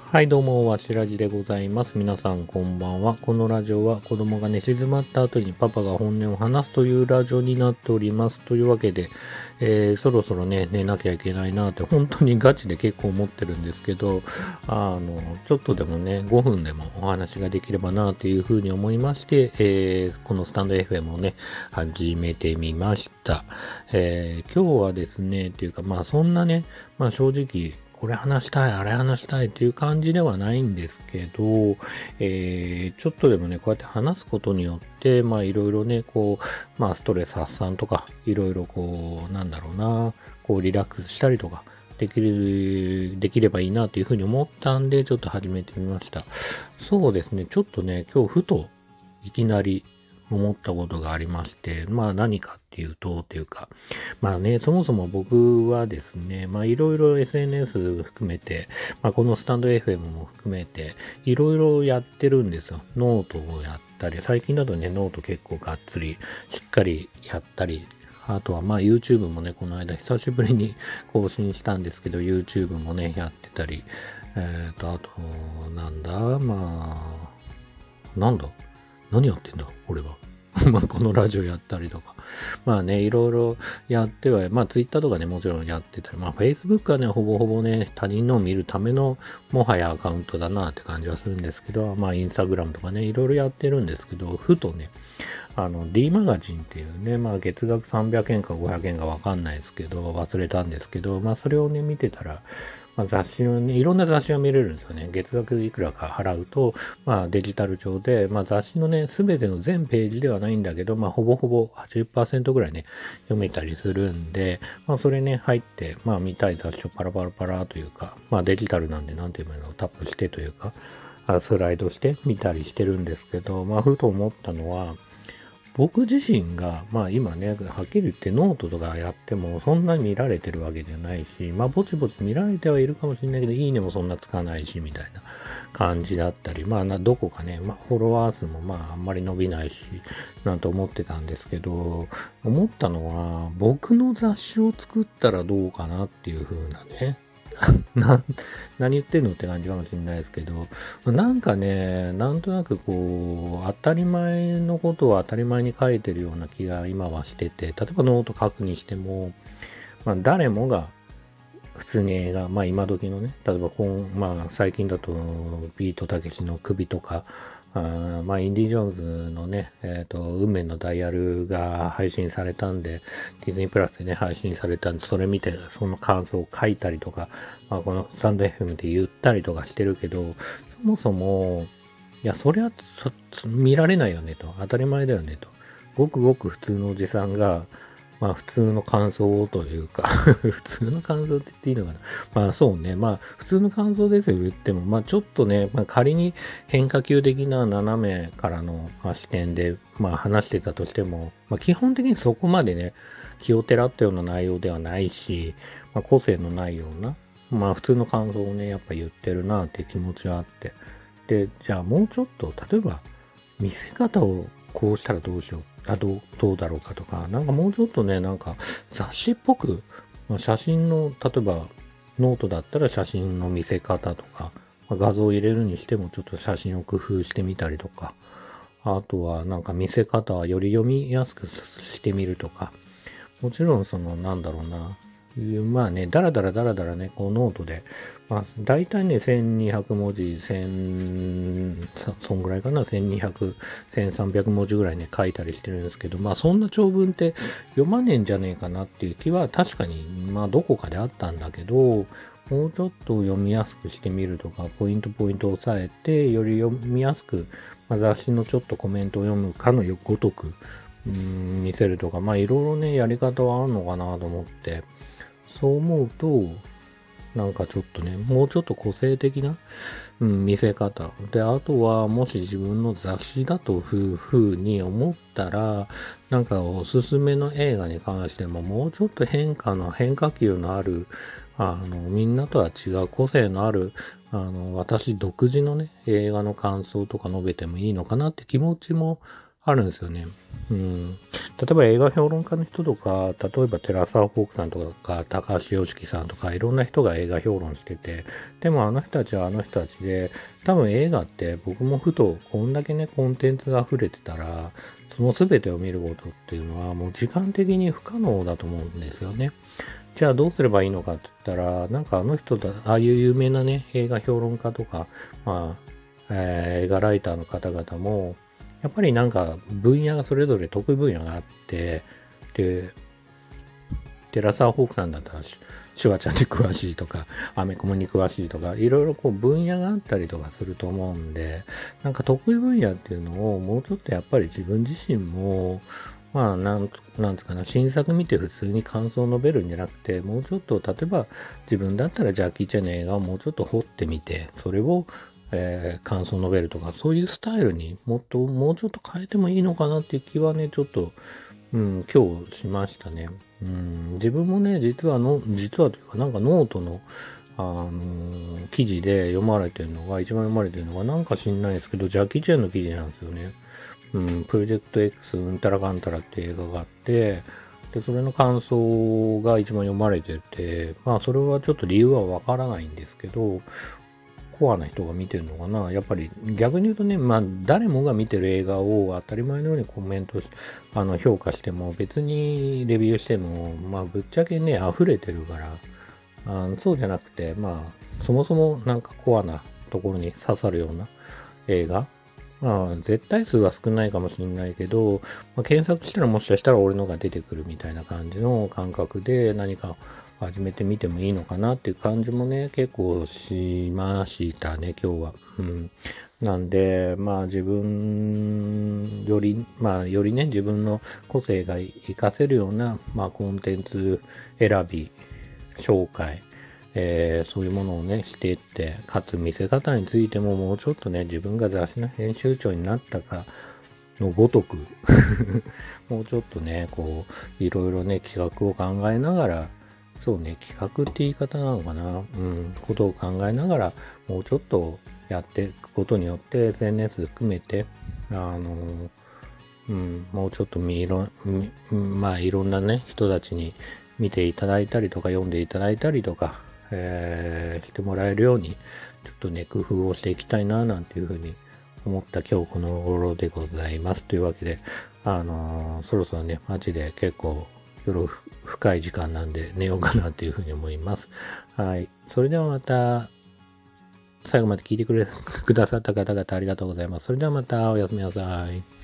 はい、どうも、わしらじでございます。皆さん、こんばんは。このラジオは、子供が寝静まった後にパパが本音を話すというラジオになっております。というわけで、そろそろね、寝なきゃいけないなって、本当にガチで結構思ってるんですけど、ちょっとでもね、5分でもお話ができればなというふうに思いまして、このスタンド FM をね、始めてみました。今日はですね、っていうか、そんなね、正直、これ話したい、あれ話したいっていう感じではないんですけど、ちょっとでもね、こうやって話すことによって、いろいろね、ストレス発散とか、いろいろリラックスしたりとか、できればいいなというふうに思ったんで、ちょっと始めてみました。そうですね、ちょっとね、今日ふと、いきなり思ったことがありまして、何かっていうと、そもそも僕はですね、いろいろ SNS 含めて、このスタンド FM も含めて、いろいろやってるんですよ。ノートをやったり、最近だとね、ノート結構がっつり、しっかりやったり、あとはYouTube もね、この間久しぶりに更新したんですけど、YouTube もね、やってたり、あと、なんだ、なんだ何やってんだ俺は。このラジオやったりとか。いろいろやっては、Twitter とかね、もちろんやってたり、Facebook はね、ほぼほぼね、他人のを見るための、もはやアカウントだなって感じはするんですけど、Instagram とかね、いろいろやってるんですけど、ふとね、D マガジンっていうね、月額300円か500円かわかんないですけど、忘れたんですけど、それをね、見てたら、雑誌をね、いろんな雑誌が見れるんですよね。月額いくらか払うと、デジタル上で、雑誌のね、すべての全ページではないんだけど、ほぼほぼ80%ぐらいね、読めたりするんで、それね、入って、見たい雑誌をパラパラパラというか、デジタルなんで、なんていうのをタップしてというか、スライドして見たりしてるんですけど、ふと思ったのは、僕自身が、今ね、はっきり言ってノートとかやってもそんなに見られてるわけじゃないし、ぼちぼち見られてはいるかもしれないけど、いいねもそんなつかないし、みたいな感じだったり、どこかね、フォロワー数もあんまり伸びないし、なんて思ってたんですけど、思ったのは、僕の雑誌を作ったらどうかなっていう風なね、な、何言ってんのって感じかもしれないですけど、なんかね、なんとなく当たり前のことを当たり前に書いてるような気が今はしてて、例えばノート書くにしても、誰もが普通に映画、今時のね、例えば最近だとビートたけしの首とか、インディ・ジョーンズのね、運命のダイヤルが配信されたんで、ディズニープラスでね、配信されたんで、それ見て、その感想を書いたりとか、このスタンド FM で言ったりとかしてるけど、そもそも、いや、そりゃ、見られないよねと、当たり前だよねと。ごくごく普通のおじさんが、普通の感想というか普通の感想って言っていいのかな。そうね。普通の感想ですよ、言っても。ちょっとね、仮に変化球的な斜めからの、視点で、話してたとしても、基本的にそこまでね、気をてらったような内容ではないし、個性のないような、普通の感想をね、やっぱ言ってるなっていう気持ちはあって。で、じゃあもうちょっと、例えば、見せ方をこうしたらどうしよう。どうだろうかとか、なんかもうちょっとね、なんか雑誌っぽく、写真の、例えばノートだったら写真の見せ方とか、画像を入れるにしてもちょっと写真を工夫してみたりとか、あとはなんか見せ方はより読みやすくしてみるとか、もちろんなんだろうな、だらだらね、ノートで、大体ね、1200文字、そんぐらいかな、1200、1300文字ぐらいね、書いたりしてるんですけど、そんな長文って読まねえんじゃねえかなっていう気は確かに、どこかであったんだけど、もうちょっと読みやすくしてみるとか、ポイントを押さえて、より読みやすく、雑誌のちょっとコメントを読むかのごとく、見せるとか、いろいろね、やり方はあるのかなと思って、そう思うと、なんかちょっとね、もうちょっと個性的な、見せ方。で、あとは、もし自分の雑誌だというふうに思ったら、なんかおすすめの映画に関しても、もうちょっと変化球のある、みんなとは違う個性のある、私独自のね、映画の感想とか述べてもいいのかなって気持ちもあるんですよね。例えば映画評論家の人とか、例えばテラサー・フォークさんとか、高橋洋樹さんとか、いろんな人が映画評論してて、でもあの人たちはあの人たちで、多分映画って僕もふと、こんだけね、コンテンツが溢れてたら、その全てを見ることっていうのは、もう時間的に不可能だと思うんですよね。じゃあどうすればいいのかって言ったら、なんかあの人だ、ああいう有名なね、映画評論家とか、映画ライターの方々も、やっぱりなんか分野がそれぞれ得意分野があって、で、テラサー・ホークさんだったらシュワちゃんに詳しいとか、アメコミに詳しいとか、いろいろこう分野があったりとかすると思うんで、なんか得意分野っていうのをもうちょっとやっぱり自分自身も、なんつうかな、新作見て普通に感想を述べるんじゃなくて、もうちょっと、例えば自分だったらジャッキー・チェンの映画をもうちょっと掘ってみて、それを感想を述べるとか、そういうスタイルにもうちょっと変えてもいいのかなっていう気はね、ちょっと、今日しましたね。自分もね、実はというか、なんかノートの、記事で読まれてるのが、一番読まれてるのが、なんか知んないですけど、ジャッキー・チェンの記事なんですよね。プロジェクト X うんたらかんたらって映画があって、で、それの感想が一番読まれてて、まあ、それはちょっと理由はわからないんですけど、コアな人が見てるのかな。やっぱり逆に言うとね、まあ誰もが見てる映画を当たり前のようにコメントし、評価しても別にレビューしても、まあぶっちゃけね、溢れてるから、そうじゃなくて、まあそもそもなんかコアなところに刺さるような映画、まあ絶対数は少ないかもしれないけど、まあ、検索したらもしかしたら俺のが出てくるみたいな感じの感覚で何か始めてみてもいいのかなっていう感じもね、結構しましたね、今日は。なんで、まあ自分より、よりね、自分の個性が活かせるような、まあコンテンツ選び、紹介、そういうものをね、していって、かつ見せ方についてももうちょっとね、自分が雑誌の編集長になったかのごとくもうちょっとね、こう、いろいろね、企画を考えながら、そうね、企画って言い方なのかな、ことを考えながら、もうちょっとやっていくことによって、SNS 含めて、もうちょっといろんなね、人たちに見ていただいたりとか、読んでいただいたりとか、してもらえるように、ちょっとね、工夫をしていきたいな、なんていうふうに思った今日この頃でございます。というわけで、そろそろね、街で結構夜深い時間なんで寝ようかなというふうに思います。はい。それではまた、最後まで聞いてくださった方々ありがとうございます。それではまたおやすみなさい。